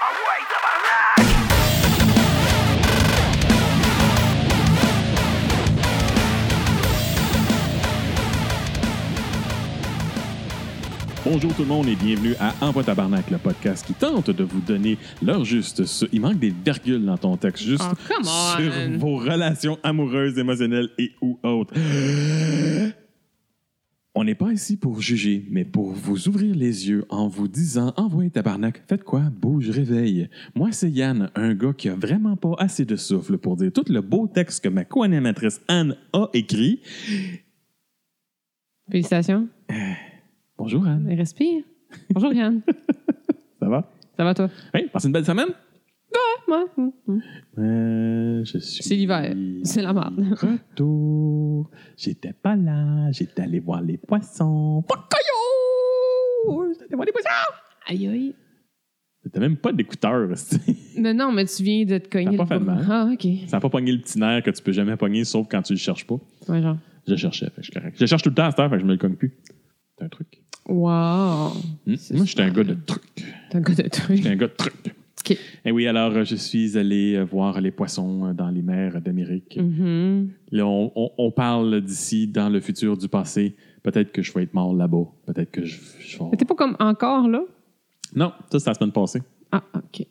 Bonjour tout le monde et bienvenue à Envoie Tabarnak, le podcast qui tente de vous donner l'heure juste. Il manque des virgules dans ton texte, juste sur vos relations amoureuses, émotionnelles et ou autres. On n'est pas ici pour juger, mais pour vous ouvrir les yeux en vous disant « Envoyez tabarnak, faites quoi? Bouge, réveille. » Moi, c'est Yann, un gars qui a vraiment pas assez de souffle pour dire tout le beau texte que ma co-animatrice Anne a écrit. Félicitations. Bonjour, Anne. Respire. Bonjour, Yann. Ça va? Ça va, toi? Oui, passez une belle semaine? Ouais. Je suis... C'est l'hiver. C'est la merde. Retour. J'étais pas là. J'étais allé voir les poissons. J'étais allé voir les poissons. Aïe, aïe. T'as même pas d'écouteurs. Non, mais tu viens de te cogner. Ça n'a pas fait de mal. Ah, OK. Ça n'a pas pogné le petit nerf que tu peux jamais pogner, sauf quand tu le cherches pas. Ouais, genre. Je cherchais, fait que je suis correct. Je cherche tout le temps à cette heure, fait que je me le cogne plus. C'est un truc. Wow. Moi, j'étais un gars de trucs. T'es un gars de trucs. J'étais un gars de trucs. OK. Et oui, alors, je suis allé voir les poissons dans les mers d'Amérique. Mm-hmm. Là, on parle d'ici, dans le futur, du passé. Peut-être que je vais être mort là-bas. Peut-être que je vais... Mais t'es pas comme encore là? Non, ça, c'est la semaine passée. Ah, OK.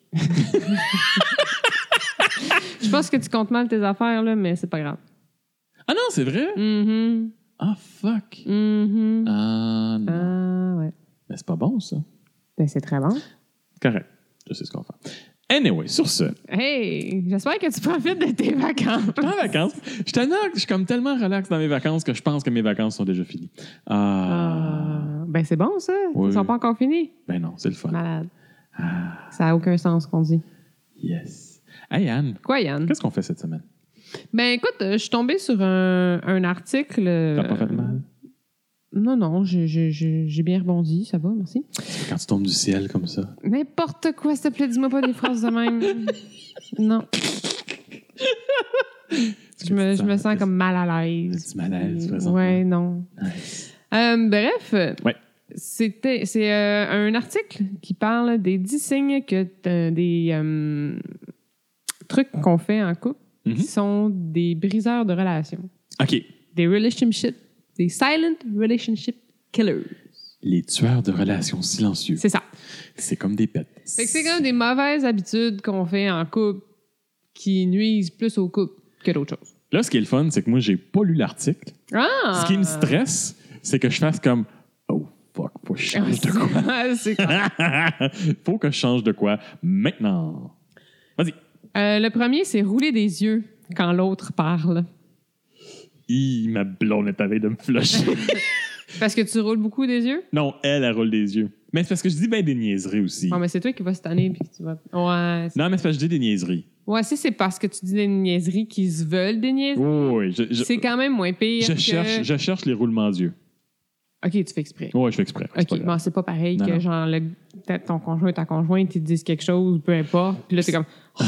Je pense que tu comptes mal tes affaires, là, mais c'est pas grave. Ah non, c'est vrai? Mm-hmm. Ah, fuck. Mm-hmm. Ah, non. Ah, ouais. Mais c'est pas bon, ça. Ben, c'est très bon. Correct. Je sais ce qu'on fait. Anyway, sur ce. Hey, j'espère que tu profites de tes vacances. En vacances. Je suis comme tellement relax dans mes vacances que je pense que mes vacances sont déjà finies. Ben, c'est bon, ça. Oui. Ils sont pas encore finis. Ben non, c'est le fun. Malade. Ça n'a aucun sens, ce qu'on dit. Yes. Hey, Anne. Quoi, Yann? Qu'est-ce qu'on fait cette semaine? Ben, écoute, je suis tombée sur un article. T'as pas fait de mal? Non, j'ai bien rebondi, ça va, merci. Quand tu tombes du ciel comme ça. N'importe quoi, s'il te plaît, dis-moi pas des phrases de même. Non. Je me sens comme mal à l'aise. Un petit malaise, présentement. Ouais, non. Nice. Bref. Ouais. C'est un article qui parle des 10 signes que des trucs qu'on fait en couple qui sont des briseurs de relations. OK. Des silent relationship killers. Les tueurs de relations silencieux. C'est ça. C'est comme des pets. Fait que c'est comme des mauvaises habitudes qu'on fait en couple qui nuisent plus au couple que d'autres choses. Là, ce qui est le fun, c'est que moi, j'ai pas lu l'article. Ah! Ce qui me stresse, c'est que je fasse comme « Oh, fuck, faut que je change de quoi. » C'est quoi? Faut que je change de quoi maintenant. Vas-y. Le premier, c'est rouler des yeux quand l'autre parle. Ma blonde est à veille de me flusher. Parce que tu roules beaucoup des yeux? Non, elle roule des yeux. Mais c'est parce que je dis bien des niaiseries aussi. Non, mais c'est toi qui vas se tanner puis que tu vas... Ouais. Non, mais c'est parce que je dis des niaiseries. Ouais, si c'est parce que tu dis des niaiseries qui se veulent des niaiseries. Oui, c'est quand même moins pire je cherche les roulements d'yeux. OK, tu fais exprès. Oui, je fais exprès. OK, bon, c'est pas pareil Non, que non. genre ton conjoint ou ta conjointe, ils te disent quelque chose, peu importe. Puis là, t'es comme...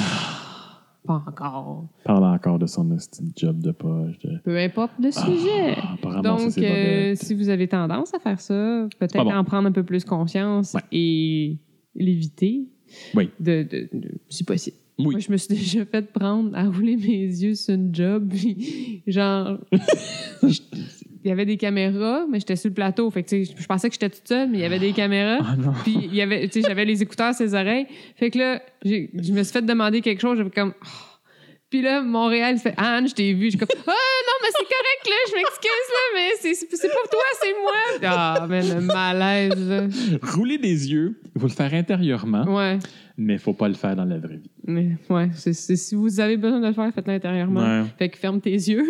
Pas encore. Parle encore de son job de poche. Peu importe le sujet. Apparemment, Donc, ça, c'est pas si vous avez tendance à faire ça, peut-être pas bon. en prendre un peu plus conscience et l'éviter, Oui. si possible. Oui. Moi, je me suis déjà fait prendre à rouler mes yeux sur une job, puis genre... Il y avait des caméras, mais j'étais sur le plateau. Fait que, tu sais, je pensais que j'étais toute seule, mais il y avait des caméras. Ah non. Puis il y avait, tu sais, j'avais les écouteurs sur les oreilles. Fait que là, je me suis fait demander quelque chose. J'avais comme... Puis là, Montréal fait « Anne, je t'ai vu. » Je suis comme « Ah non, mais c'est correct, là. Je m'excuse, là, mais c'est pas toi, c'est moi. » Ah, mais le malaise, là. Rouler des yeux, il faut le faire intérieurement, Ouais. mais il faut pas le faire dans la vraie vie. Mais ouais, si vous avez besoin de le faire, faites-le intérieurement. Ouais. Fait que ferme tes yeux.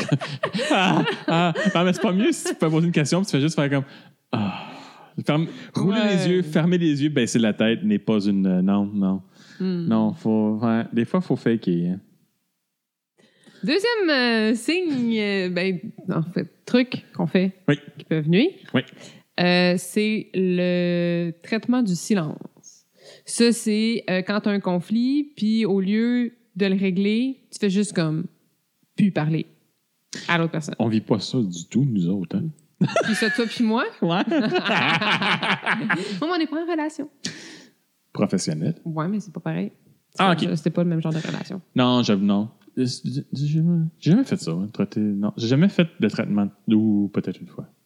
Non, mais c'est pas mieux si tu peux poser une question et tu fais juste faire comme... Rouler les yeux, fermer les yeux, baisser la tête n'est pas une... Non. Non, faut... Ouais, des fois, il faut faker. Hein. Deuxième signe, en fait, truc qu'on fait qui peuvent nuire, c'est le traitement du silence. Ça, c'est quand tu as un conflit, puis au lieu de le régler, tu fais juste comme plus parler à l'autre personne. On vit pas ça du tout, nous autres. Hein? Puis ça, toi puis moi? Ouais. On n'est pas en relation. professionnel. Ouais, mais c'est pas pareil. OK. C'était pas le même genre de relation. Non, non. J'ai jamais fait ça. Hein, non, j'ai jamais fait de traitement. Ou peut-être une fois.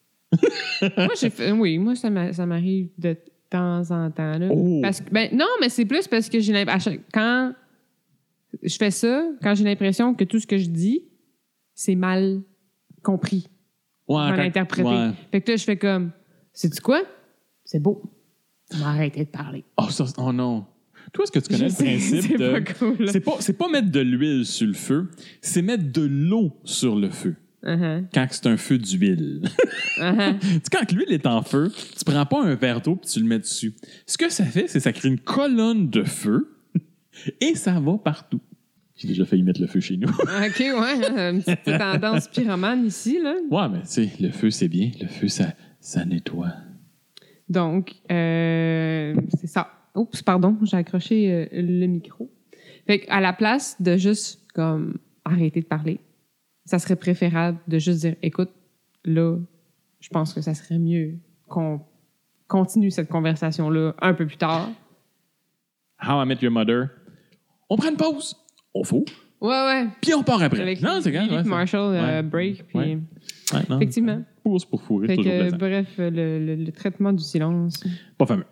Moi, ça m'arrive de temps en temps. Là. Oh. Parce que, non, mais c'est plus parce que j'ai l'impression... Quand je fais ça, quand j'ai l'impression que tout ce que je dis, c'est mal compris. Mal interprété. Ouais. Fait que là, je fais comme... Sais-tu quoi? C'est beau. On va arrêter de parler. Oh non. Toi, est-ce que tu connais le principe c'est de... Pas cool, c'est pas mettre de l'huile sur le feu, c'est mettre de l'eau sur le feu. Uh-huh. Quand c'est un feu d'huile. Uh-huh. Tu sais, quand l'huile est en feu, tu prends pas un verre d'eau et tu le mets dessus. Ce que ça fait, c'est que ça crée une colonne de feu et ça va partout. J'ai déjà failli mettre le feu chez nous. OK, ouais. Une petite tendance pyromane ici, là. Ouais, mais tu sais, le feu, c'est bien. Le feu, ça nettoie. Donc, c'est ça. Oups, pardon, j'ai accroché le micro. Fait qu'à la place de juste, comme, arrêter de parler, ça serait préférable de juste dire, écoute, là, je pense que ça serait mieux qu'on continue cette conversation-là un peu plus tard. How I Met Your Mother. On prend une pause. On faut. Ouais. Puis on part après. Avec non, c'est quand même. Marshall, break. Puis... Ouais. Non, effectivement. Pause pour fourrer. Fait toujours que, bref, le traitement du silence. Pas fameux.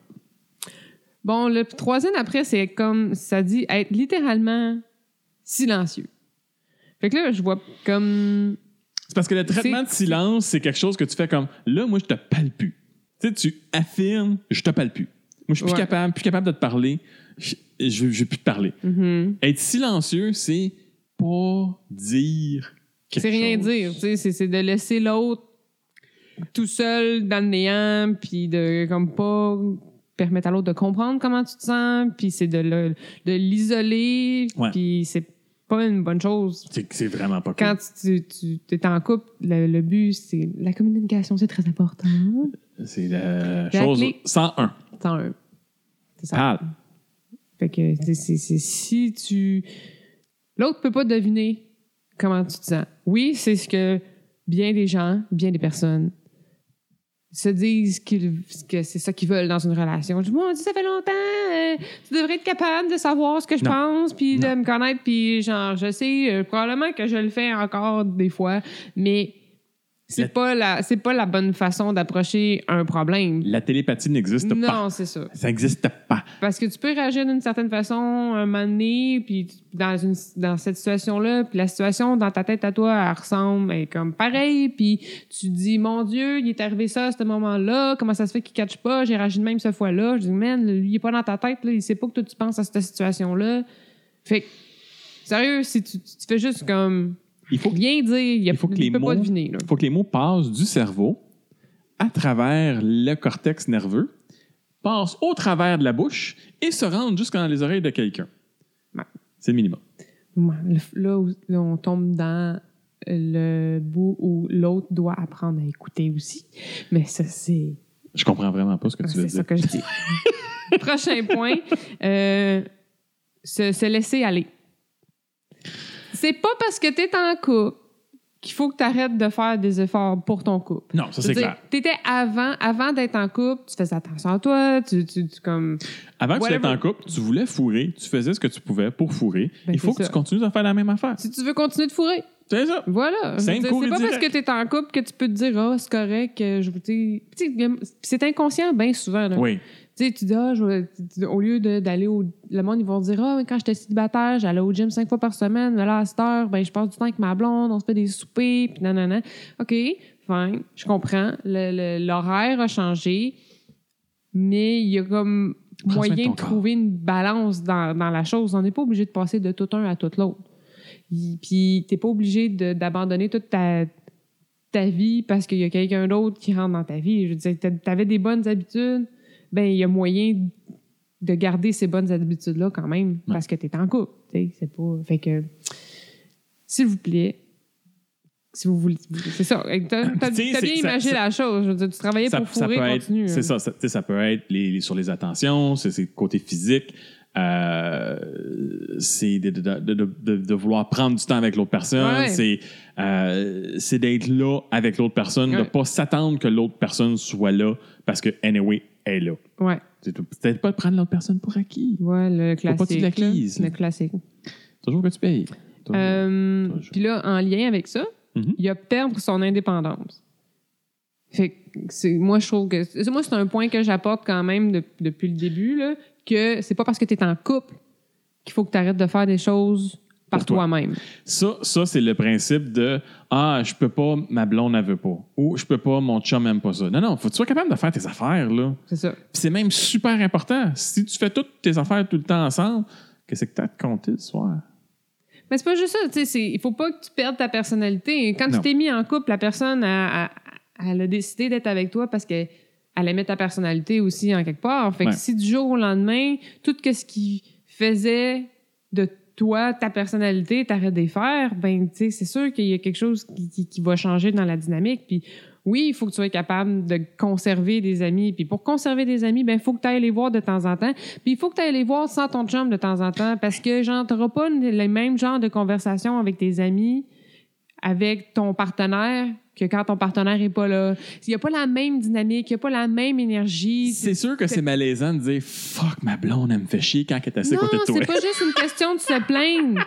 Bon, le troisième après, c'est comme ça dit être littéralement silencieux. Fait que là, je vois comme... C'est parce que le traitement de silence, c'est quelque chose que tu fais comme, là, moi, je te parle plus. Tu sais, tu affirmes, je te parle plus. Moi, je suis plus capable de te parler. Je veux plus te parler. Mm-hmm. Être silencieux, c'est pas dire quelque chose. C'est rien dire. Tu sais, c'est de laisser l'autre tout seul dans le néant, puis de comme pas permettre à l'autre de comprendre comment tu te sens, puis c'est de l'isoler, puis c'est pas une bonne chose. C'est vraiment pas cool. Quand tu es en couple, le but, c'est la communication, c'est très important. C'est la chose 101. 101. C'est ça. Parle. Fait que si tu... L'autre peut pas deviner comment tu te sens. Oui, c'est ce que bien des gens, bien des personnes se disent que c'est ça qu'ils veulent dans une relation. Je dis, mon Dieu, ça fait longtemps, tu devrais être capable de savoir ce que je pense, puis de me connaître, puis genre, je sais, probablement que je le fais encore des fois, mais c'est pas la bonne façon d'approcher un problème. La télépathie n'existe pas. Non, c'est ça. Ça n'existe pas. Parce que tu peux réagir d'une certaine façon un moment donné, puis dans cette situation-là, puis la situation dans ta tête à toi, elle ressemble, elle est comme pareil, puis tu te dis, mon Dieu, il est arrivé ça à ce moment-là, comment ça se fait qu'il ne catche pas, j'ai réagi de même cette fois-là. Je dis, man, lui, il n'est pas dans ta tête, là, il sait pas que toi, tu penses à cette situation-là. Fait que, sérieux, si tu fais juste comme... Il faut rien dire, il faut que les mots, pas deviner. Il faut que les mots passent du cerveau à travers le cortex nerveux, passent au travers de la bouche et se rendent jusqu'à les oreilles de quelqu'un. Ouais. C'est le minimum. Ouais. Là, on tombe dans le bout où l'autre doit apprendre à écouter aussi. Mais ça, c'est... Je comprends vraiment pas ce que tu veux dire. C'est ça que je dis. Prochain point, se laisser aller. C'est pas parce que t'es en couple qu'il faut que tu arrêtes de faire des efforts pour ton couple. Non, ça c'est clair. T'étais avant d'être en couple, tu faisais attention à toi, tu comme... Avant que tu étais en couple, tu voulais fourrer, tu faisais ce que tu pouvais pour fourrer. Ben, il faut que tu continues à faire la même affaire. Si tu veux continuer de fourrer. C'est ça. Voilà. C'est pas parce que t'es en couple que tu peux te dire « Ah, c'est correct, c'est inconscient bien souvent. Là. Oui. Tu sais, tu dis, au lieu d'aller le monde, ils vont dire, quand j'étais célibataire, j'allais au gym 5 fois par semaine, mais là, à cette heure, je passe du temps avec ma blonde, on se fait des soupers, puis nanana. OK, fine, je comprends. L'horaire a changé, mais il y a comme moyen de trouver une balance dans la chose. On n'est pas obligé de passer de tout un à tout l'autre. Puis, t'es pas obligé d'abandonner toute ta vie parce qu'il y a quelqu'un d'autre qui rentre dans ta vie. Je veux dire, t'avais des bonnes habitudes, il y a moyen de garder ces bonnes habitudes-là quand même, parce que tu es en couple. C'est pas... Fait que, s'il vous plaît, si vous voulez... C'est ça. T'as bien imagé la chose. Je veux dire, tu travaillais pour fourrer, continue. C'est ça. Ça peut être sur les attentions, c'est le côté physique. C'est de vouloir prendre du temps avec l'autre personne. Ouais. C'est d'être là avec l'autre personne, de ne pas s'attendre que l'autre personne soit là, parce que, anyway, elle est là. Ouais. C'est peut-être pas de prendre l'autre personne pour acquis. Ouais, le classique. Faut pas que tu l'acquises. Le classique. Toujours que tu payes. Toujours. Puis là, en lien avec ça, il y a perdre son indépendance. Fait que moi, je trouve que... Moi, c'est un point que j'apporte quand même depuis le début, là, que c'est pas parce que tu es en couple qu'il faut que tu arrêtes de faire des choses par toi-même. Ça, c'est le principe de « Ah, je peux pas, ma blonde, elle veut pas. » Ou « Je peux pas, mon chum aime pas ça. » Non, faut que tu sois capable de faire tes affaires, là. C'est ça. Puis c'est même super important. Si tu fais toutes tes affaires tout le temps ensemble, qu'est-ce que tu as à te compter le soir? Mais c'est pas juste ça, tu sais, il faut pas que tu perdes ta personnalité. Quand tu t'es mis en couple, la personne elle a décidé d'être avec toi parce qu'elle aimait ta personnalité aussi en quelque part. Fait que si du jour au lendemain, tout ce qui faisait de toi, ta personnalité, t'arrêtes de les faire, ben, tu sais, c'est sûr qu'il y a quelque chose qui va changer dans la dynamique. Puis oui, il faut que tu sois capable de conserver des amis. Puis pour conserver des amis, ben, il faut que tu ailles les voir de temps en temps. Puis il faut que tu ailles les voir sans ton chum de temps en temps parce que, genre, t'auras pas les mêmes genres de conversations avec tes amis, avec ton partenaire, que quand ton partenaire n'est pas là. Il n'y a pas la même dynamique, il n'y a pas la même énergie. C'est sûr que c'est malaisant de dire « Fuck, ma blonde, elle me fait chier quand elle est assise à côté de toi. » Non, c'est pas juste une question de se plaindre.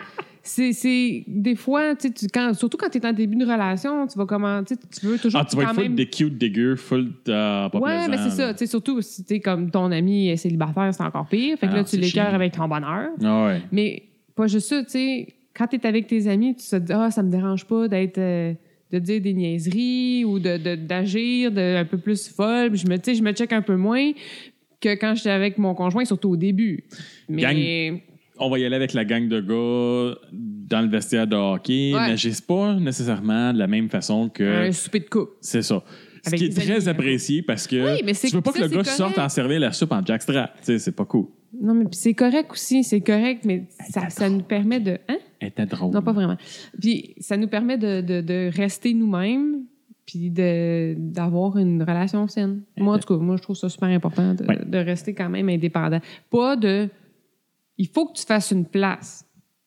C'est des fois, surtout quand tu es en début de relation, tu vas comment, tu veux toujours... tu vas être full de cute, dégueu, full de pas plaisant. Mais c'est ça. Surtout si tu es comme ton ami est célibataire, c'est encore pire. Fait que là, tu l'écœures avec ton bonheur. Ah ouais. Mais pas juste ça, tu sais. Quand tu es avec tes amis, tu te dis « Ah, ça me dérange pas d'être... de dire des niaiseries ou d'agir un peu plus folle. Je me check un peu moins que quand j'étais avec mon conjoint, surtout au début. Mais... On va y aller avec la gang de gars dans le vestiaire de hockey, mais j'agisse pas nécessairement de la même façon que... Un souper de couple. C'est ça. Ce qui est très apprécié parce que tu veux pas que le gars sorte en servir la soupe en jackstrap. C'est pas cool. Non, mais puis c'est correct aussi, c'est correct, mais ça nous permet de... Hein? Elle était drôle. Non, pas vraiment. Puis ça nous permet de rester nous-mêmes puis d'avoir une relation saine. Moi, en tout cas, je trouve ça super important de rester quand même indépendant. Pas de... Il faut que tu fasses une place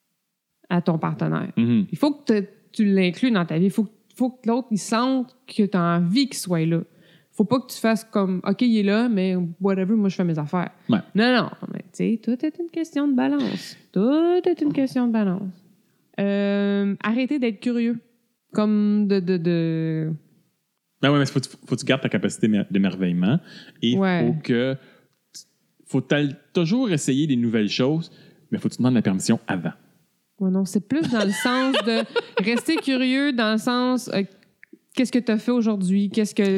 à ton partenaire. Mm-hmm. Il faut que tu l'inclues dans ta vie. Il faut que l'autre, il sente que tu as envie qu'il soit là. Faut pas que tu fasses comme, OK, il est là, mais whatever, moi, je fais mes affaires. Ouais. Non, mais tu sais, tout est une question de balance. Tout est une question de balance. Arrêtez d'être curieux. Comme de... Ben ouais, mais faut que tu gardes ta capacité d'émerveillement. Et il faut toujours essayer des nouvelles choses, mais faut que tu demandes la permission avant. Ouais, non, c'est plus dans le sens de rester curieux, dans le sens... qu'est-ce que tu as fait aujourd'hui?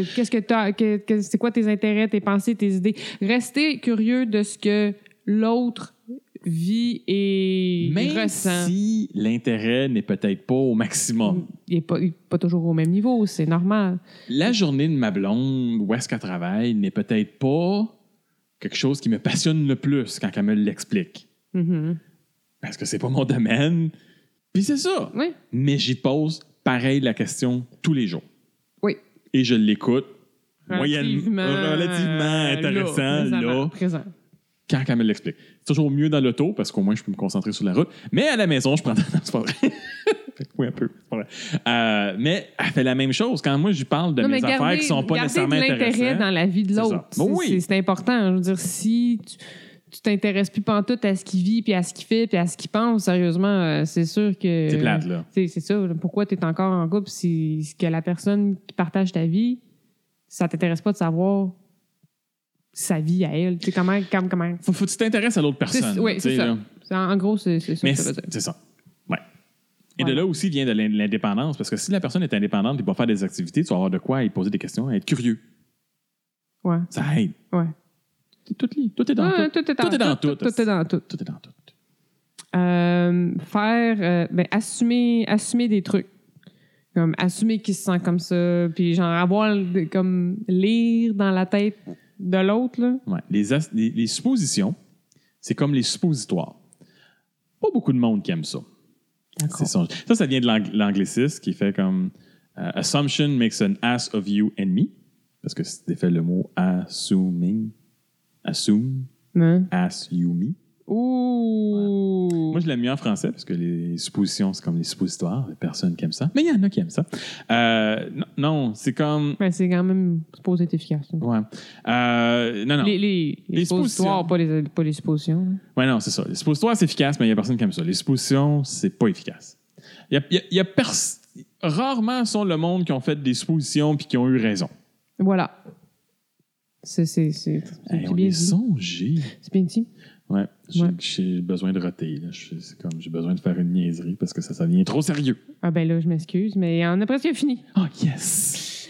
C'est quoi tes intérêts, tes pensées, tes idées? Rester curieux de ce que l'autre vit et ressent. Même si l'intérêt n'est peut-être pas au maximum. Il n'est pas toujours au même niveau, c'est normal. La journée de ma blonde, où est-ce qu'elle travaille, n'est peut-être pas quelque chose qui me passionne le plus quand elle me l'explique. Mm-hmm. Parce que c'est pas mon domaine. Puis c'est ça. Oui. Mais j'y pose pareil la question tous les jours. Oui. Et je l'écoute relativement intéressant présent. Quand elle me l'explique. C'est toujours mieux dans l'auto parce qu'au moins je peux me concentrer sur la route. Mais à la maison, je prends... Non, c'est pas vrai. Oui, un peu. C'est pas vrai. Mais elle fait la même chose. Quand moi, je parle de mes affaires qui sont pas nécessairement intéressantes. Garder de l'intérêt dans la vie de l'autre. C'est important. Je veux dire, si tu t'intéresses plus pantoute à ce qu'il vit, puis à ce qu'il fait, puis à ce qu'il pense, sérieusement, c'est sûr que... C'est plate, là. C'est ça. Pourquoi tu es encore en couple si que la personne qui partage ta vie, ça t'intéresse pas de savoir sa vie à elle. Tu sais, comment... Faut que tu t'intéresses à l'autre personne. Oui, c'est ça. En gros, c'est ça mais que ça veut dire. C'est ça. Ouais. Et de là aussi vient de l'indépendance, parce que si la personne est indépendante et va faire des activités, tu vas avoir de quoi y poser des questions, être curieux. Ouais. Ça aide. Ouais. Tout est dans tout. Tout est dans tout. Tout est dans tout. Tout est dans tout. Assumer des trucs. Comme assumer qu'il se sent comme ça, puis genre avoir comme lire dans la tête de l'autre. Là. Ouais. Les suppositions, c'est comme les suppositoires. Pas beaucoup de monde qui aime ça. D'accord. Ça vient de l'anglicisme qui fait comme assumption makes an ass of you and me. Parce que c'était fait le mot assuming. Assume. As you me. Ouh! Ouais. Moi, je l'aime mieux en français parce que les suppositions, c'est comme les suppositoires. Il y a personne qui aime ça. Mais il y en a qui aiment ça. Non, c'est comme... Ben, c'est quand même supposé être efficace. Ouais. Non. Les suppositoires, pas les suppositions. Ouais, non, c'est ça. Les suppositoires, c'est efficace, mais il n'y a personne qui aime ça. Les suppositions, c'est pas efficace. Rarement sont le monde qui ont fait des suppositions puis qui ont eu raison. Voilà. C'est on bien est dit. songé. C'est bien dit. Ouais. J'ai besoin de roter. Là. J'ai besoin de faire une niaiserie parce que ça devient trop sérieux. Ah ben là, je m'excuse, mais on a presque fini. Oh, yes!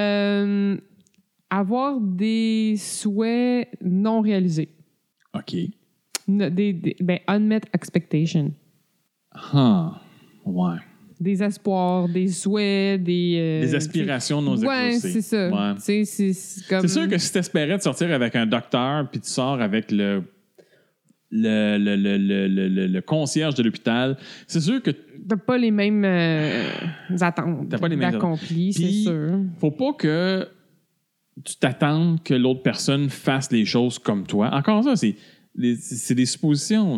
Avoir des souhaits non réalisés. OK. Unmet expectation. Ouais. Des espoirs, des souhaits, des aspirations non exaucées. Ouais, c'est ça. Ouais. C'est sûr que si tu espérais de sortir avec un docteur puis tu sors avec le concierge de l'hôpital, c'est sûr que t'as pas les mêmes attentes d'accompli, c'est sûr. Faut pas que tu t'attendes que l'autre personne fasse les choses comme toi. Encore ça, c'est des suppositions.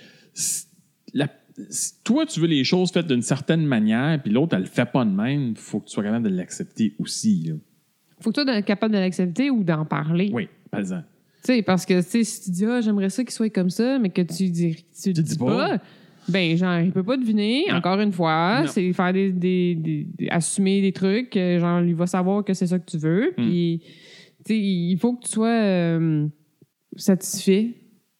Toi, tu veux les choses faites d'une certaine manière, puis l'autre, elle le fait pas de même. Il faut que tu sois capable de l'accepter aussi. Là. Faut que tu sois capable de l'accepter ou d'en parler. Oui, par exemple. Tu sais, parce que si tu dis j'aimerais ça qu'il soit comme ça, mais que tu dis pas, ben genre, il peut pas deviner, non. Encore une fois. Non. C'est faire assumer des trucs, genre, il va savoir que c'est ça que tu veux. Puis, tu sais, il faut que tu sois satisfait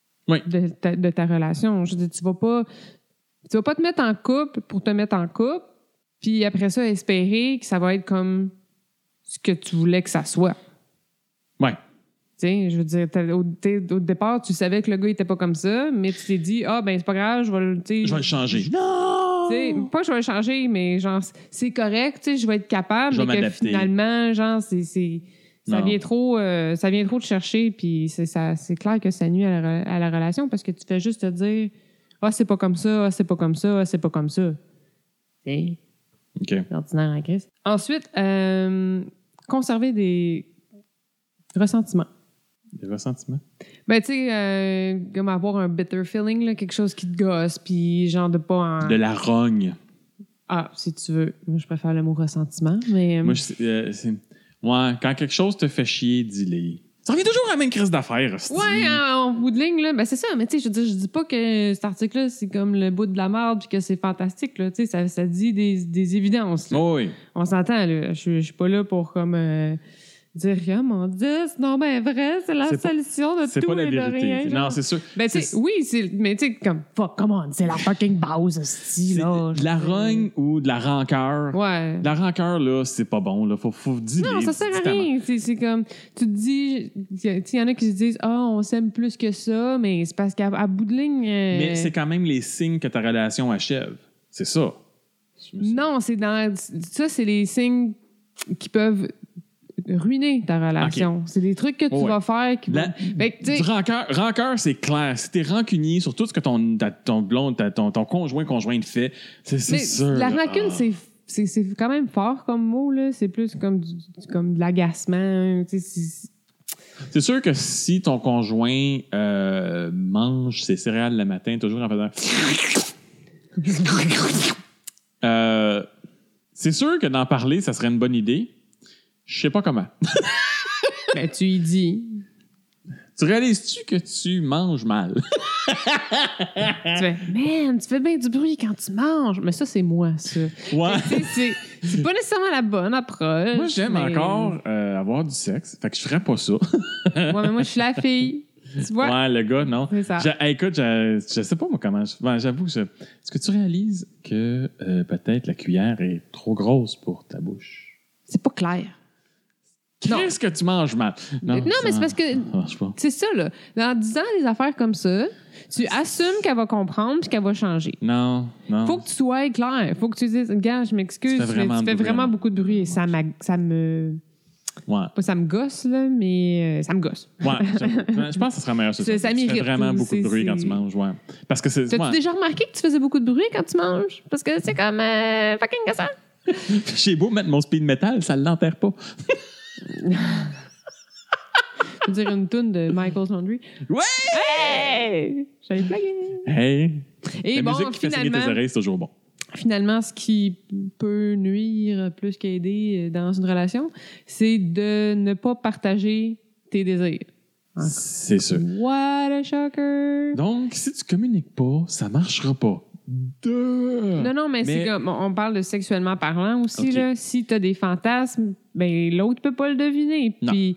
de ta relation. Je veux dire, tu vas pas te mettre en couple pour te mettre en couple, puis après ça, espérer que ça va être comme ce que tu voulais que ça soit. Ouais. Tu sais, je veux dire, au départ, tu savais que le gars n'était pas comme ça, mais tu t'es dit, ben c'est pas grave, je vais le changer. Non! T'sais, pas que je vais le changer, mais genre, c'est correct, tu sais, je vais être capable, mais que finalement, genre, ça vient trop te chercher, puis c'est clair que ça nuit à la relation parce que tu fais juste te dire, c'est pas comme ça, c'est pas comme ça, c'est pas comme ça. C'est ordinaire en crise. Ensuite, conserver des ressentiments. Des ressentiments? Ben, tu sais, comme avoir un bitter feeling, là, quelque chose qui te gosse, puis genre de pas en... De la rogne. Ah, si tu veux. Moi, je préfère le mot ressentiment, mais... Moi, ouais, quand quelque chose te fait chier, dis-le. Ça revient toujours à la même crise d'affaires. Ouais, en bout de ligne, là, ben c'est ça. Mais tu sais, je dis pas que cet article-là, c'est comme le bout de la merde puis que c'est fantastique, là. Tu sais, ça dit des évidences, là. Oh oui. On s'entend, là. Je suis pas là pour, comme... dire « Oh mon Dieu, c'est non ben vrai, c'est la solution de tout et de rien. » Non, c'est sûr. Ben, tu sais, oui, mais tu sais, comme « Fuck, come on, c'est la fucking base, hostie, là. » De la rogne ou de la rancœur. Ouais. De la rancœur, là, c'est pas bon, là. Faut dire. Non, ça sert à rien. C'est comme, tu te dis, il y en a qui se disent « on s'aime plus que ça », mais c'est parce qu'à bout de ligne... Mais c'est quand même les signes que ta relation achève. C'est ça. Non, ça, c'est les signes qui peuvent ruiner ta relation. Okay. C'est des trucs que tu vas faire qui vont... Du rancœur, c'est clair. Si t'es rancunier sur tout ce que ton blonde, ton conjointe fait, c'est sûr. La rancune, c'est quand même fort comme mot, là. C'est plus comme de l'agacement. C'est sûr que si ton conjoint mange ses céréales le matin, toujours en faisant... c'est sûr que d'en parler, ça serait une bonne idée. Je sais pas comment. Ben, tu y dis. Tu réalises-tu que tu manges mal? Tu fais, man, tu fais bien du bruit quand tu manges. Mais ça, c'est moi, ça. Ouais. C'est pas nécessairement la bonne approche. Moi, j'aime encore avoir du sexe. Fait que je ferais pas ça. Ouais, mais moi, je suis la fille. Tu vois? Ouais, le gars, non. C'est ça. Écoute, je sais pas moi comment. J'avoue, est-ce que tu réalises que peut-être la cuillère est trop grosse pour ta bouche? C'est pas clair. Qu'est-ce que tu manges mal? Non, mais c'est parce que c'est ça, là. En disant des affaires comme ça, tu assumes qu'elle va comprendre puis qu'elle va changer. Non. Faut que tu sois clair. Faut que tu dises, gars, je m'excuse, tu fais vraiment beaucoup de bruit et ça me... Ouais. Pas ça me gosse, là, mais ça me gosse. Ouais, je pense que ce serait meilleur. Ça m'irrite. Tu fais vraiment beaucoup de bruit quand tu manges, ouais. Parce que c'est... T'as-tu déjà remarqué que tu faisais beaucoup de bruit quand tu manges? Parce que c'est comme fucking gossant. J'ai beau mettre mon speed metal, ça ne l'enterre pas. Tu veux dire une toune de Michael's Laundry? Ouais! Hey! J'avais blagué! Hey! Et La musique qui fait saigner tes oreilles, c'est toujours bon. Finalement, ce qui peut nuire plus qu'aider dans une relation, c'est de ne pas partager tes désirs. C'est sûr. What a shocker! Donc, si tu communiques pas, ça marchera pas. Non, mais c'est comme, on parle de sexuellement parlant aussi. Okay. Là. Si tu as des fantasmes, ben l'autre peut pas le deviner. Puis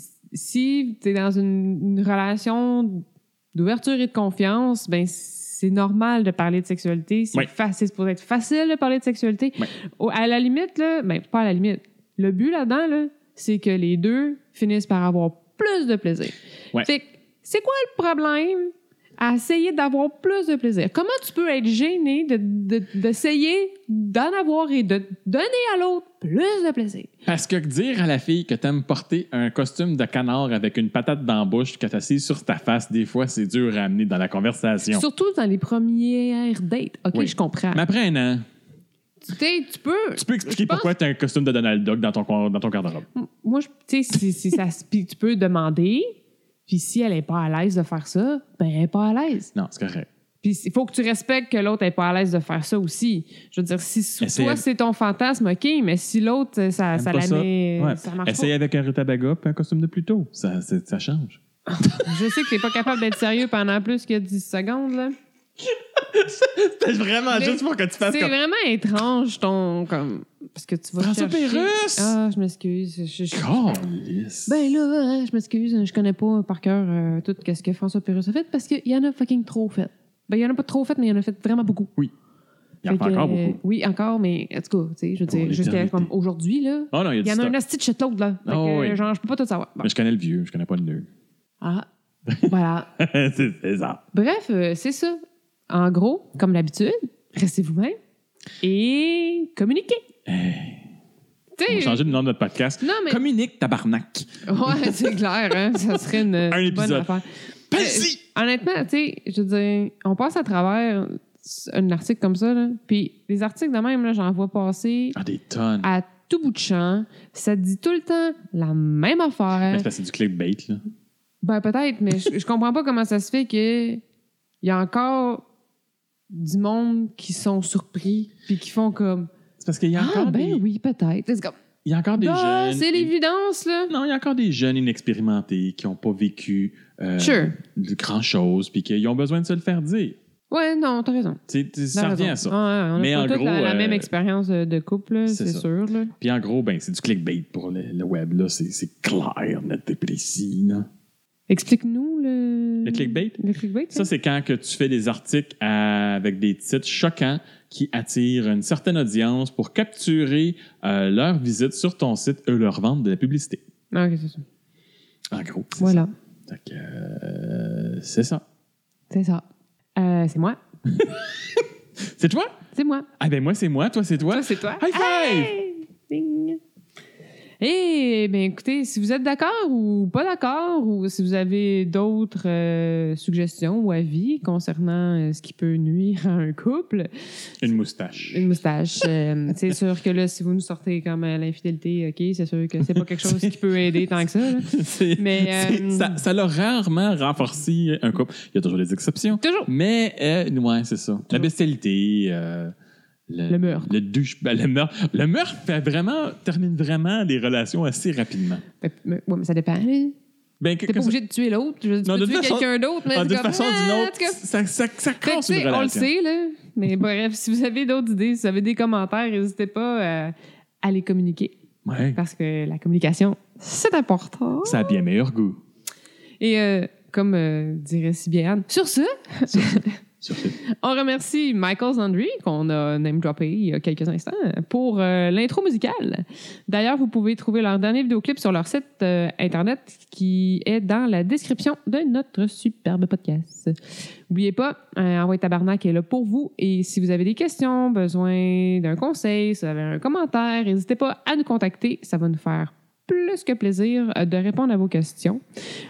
si tu es dans une relation d'ouverture et de confiance, ben c'est normal de parler de sexualité. C'est supposé être facile de parler de sexualité. À la limite, là, ben pas à la limite. Le but là-dedans, là, c'est que les deux finissent par avoir plus de plaisir. Fait que, c'est quoi le problème à essayer d'avoir plus de plaisir? Comment tu peux être gêné d'essayer d'en avoir et de donner à l'autre plus de plaisir? Parce que dire à la fille que t'aimes porter un costume de canard avec une patate dans la bouche que t'assises sur ta face, des fois, c'est dur à amener dans la conversation. Surtout dans les premières dates. OK, je comprends. Mais après un an... Tu peux expliquer pourquoi tu as un costume de Donald Duck dans ton garde-robe. Moi, tu sais, tu peux demander... Puis si elle n'est pas à l'aise de faire ça, ben elle n'est pas à l'aise. Non, c'est correct. Puis il faut que tu respectes que l'autre n'est pas à l'aise de faire ça aussi. Je veux dire, si toi, c'est ton fantasme, OK, mais si l'autre, ça la met... Ça marche Essaye avec un rutabaga et un costume de Pluto. Ça change. Je sais que tu n'es pas capable d'être sérieux pendant plus que 10 secondes, là. C'était vraiment juste pour que tu fasses c'est comme... vraiment étrange, parce que tu vas François chercher... Pérusse! Ah, je m'excuse. Calisse. Ben là, je m'excuse, je connais pas par cœur tout ce que François Pérusse a fait, parce qu'il y en a fucking trop fait. Ben, il y en a pas trop fait, mais il y en a fait vraiment beaucoup. Oui. Il y en a encore beaucoup. Oui, encore, mais en tout cas, tu sais, je veux dire, jusqu'à comme aujourd'hui, là, il y en a un asti de shitload, là. Genre, je peux pas tout savoir. Bon. Mais je connais le vieux, je connais pas le nœud. Ah, voilà. c'est ça. Bref, c'est ça. En gros, comme d'habitude, restez vous-même et communiquez. On va changer le nom de notre podcast. Non, mais... Communique, tabarnak. Ouais, c'est clair, hein? Ça serait une bonne affaire. Honnêtement, tu sais, je veux dire, on passe à travers un article comme ça, là, puis les articles de même, là, j'en vois passer... des tonnes. À tout bout de champ. Ça dit tout le temps la même affaire. Mais c'est du clickbait, là. Ben, peut-être, mais je comprends pas comment ça se fait que il y a encore du monde qui sont surpris puis qui font comme... C'est parce qu'il y a encore oui, peut-être. Comme... Il y a encore des jeunes... C'est l'évidence, là. Non, il y a encore des jeunes inexpérimentés qui n'ont pas vécu de grand-chose puis qui ont besoin de se le faire dire. Ouais, non, t'as raison. Ça revient à ça. On a pas la même expérience de couple, c'est sûr. Là. Puis en gros, ben, c'est du clickbait pour le web. Là. C'est clair, net et précis. Là. Explique-nous le clickbait. Le clickbait, ça, c'est quand que tu fais des articles avec des titres choquants qui attirent une certaine audience pour capturer leur visite sur ton site et leur vendre de la publicité. Ah, OK, c'est ça. En gros, c'est voilà. ça. Donc, c'est ça. C'est ça. C'est moi. C'est toi? C'est moi. Ah ben moi, c'est moi. Toi, c'est toi. Toi, c'est toi. High five! Hey! Ding! Eh bien, écoutez, si vous êtes d'accord ou pas d'accord, ou si vous avez d'autres suggestions ou avis concernant ce qui peut nuire à un couple... Une moustache. Une moustache. C'est sûr que là, si vous nous sortez comme l'infidélité, OK, c'est sûr que c'est pas quelque chose qui peut aider tant que ça. Là. Ça l'a rarement renforcé un couple. Il y a toujours des exceptions. Toujours. Mais, ouais, c'est ça. Toujours. La bestialité... le meurtre. Le meurtre termine vraiment des relations assez rapidement. Mais ça dépend. T'es pas obligé de tuer l'autre. Tu peux tuer quelqu'un d'autre, mais d'une façon ou d'une autre, ça casse une relation. On le sait, là. Mais bref, si vous avez d'autres idées, si vous avez des commentaires, n'hésitez pas à les communiquer. Ouais. Parce que la communication, c'est important. Ça a bien meilleur goût. Et comme dirait si bien Anne, sur ce... On remercie Michael Zandri, qu'on a name-droppé il y a quelques instants, pour l'intro musicale. D'ailleurs, vous pouvez trouver leur dernier vidéoclip sur leur site Internet qui est dans la description de notre superbe podcast. N'oubliez pas, Envoyez Tabarnak est là pour vous. Et si vous avez des questions, besoin d'un conseil, si vous avez un commentaire, n'hésitez pas à nous contacter. Ça va nous faire plus que plaisir de répondre à vos questions.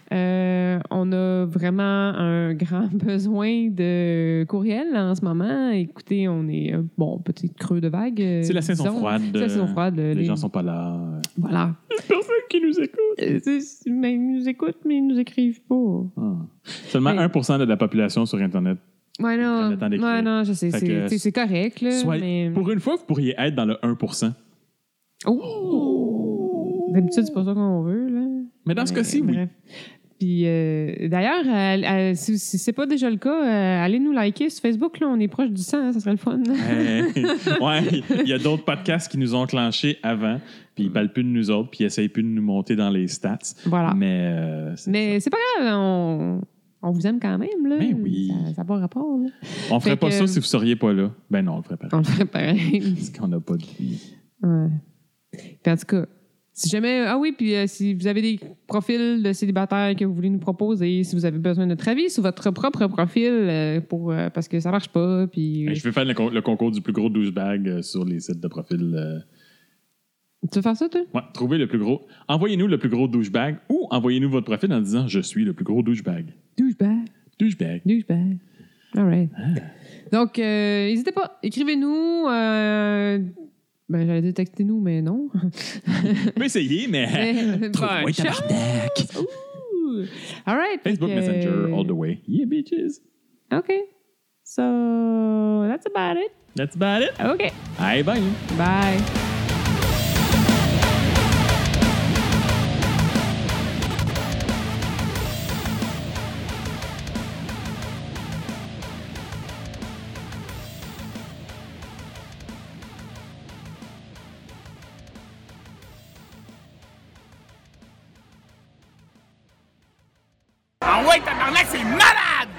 On a vraiment un grand besoin de courriel en ce moment. Écoutez, on est, petit creux de vague. C'est la saison froide. C'est la saison froide. Les gens sont pas là. Voilà. Personne qui nous écoute. Mais ils nous écoutent, mais ils nous écrivent pas. Seulement 1% de la population sur Internet Ouais, non. Prendre le temps d'écrire. Ouais, non, je sais. C'est correct, là. Mais... Pour une fois, vous pourriez être dans le 1%. Oh! D'habitude, c'est pas ça qu'on veut, là. Mais dans ce cas-ci, oui. Puis, d'ailleurs, si c'est pas déjà le cas, allez nous liker sur Facebook. Là, on est proche du 100, hein, ça serait le fun. Ouais, il y a d'autres podcasts qui nous ont clenchés avant, puis ils parlent plus de nous autres, puis ils essayent plus de nous monter dans les stats. Voilà. Mais c'est pas grave, on vous aime quand même. Là. Ben oui. Ça n'a pas rapport. Là. On ferait pas ça si vous seriez pas là. Ben non, on le ferait pareil. On le ferait pareil. Parce qu'on n'a pas de vie. Ouais. Puis en tout cas, si jamais... Ah oui, puis si vous avez des profils de célibataires que vous voulez nous proposer, si vous avez besoin de notre avis sur votre propre profil, parce que ça marche pas, puis... Je vais faire le concours du plus gros douchebag sur les sites de profil. Tu veux faire ça, toi? Ouais, trouvez le plus gros... Envoyez-nous le plus gros douchebag ou envoyez-nous votre profil en disant « Je suis le plus gros douchebag ». Douchebag. Douchebag. Douchebag. All right. Donc, n'hésitez pas. Écrivez-nous... j'allais dire textez-nous, mais non. On peut essayer, mais... Trouve-moi tabarnak! All right. Facebook Messenger all the way. Yeah, bitches. OK. So, that's about it. That's about it. OK. Bye, bye. Bye. Ah ouais, tabarnak, c'est malade!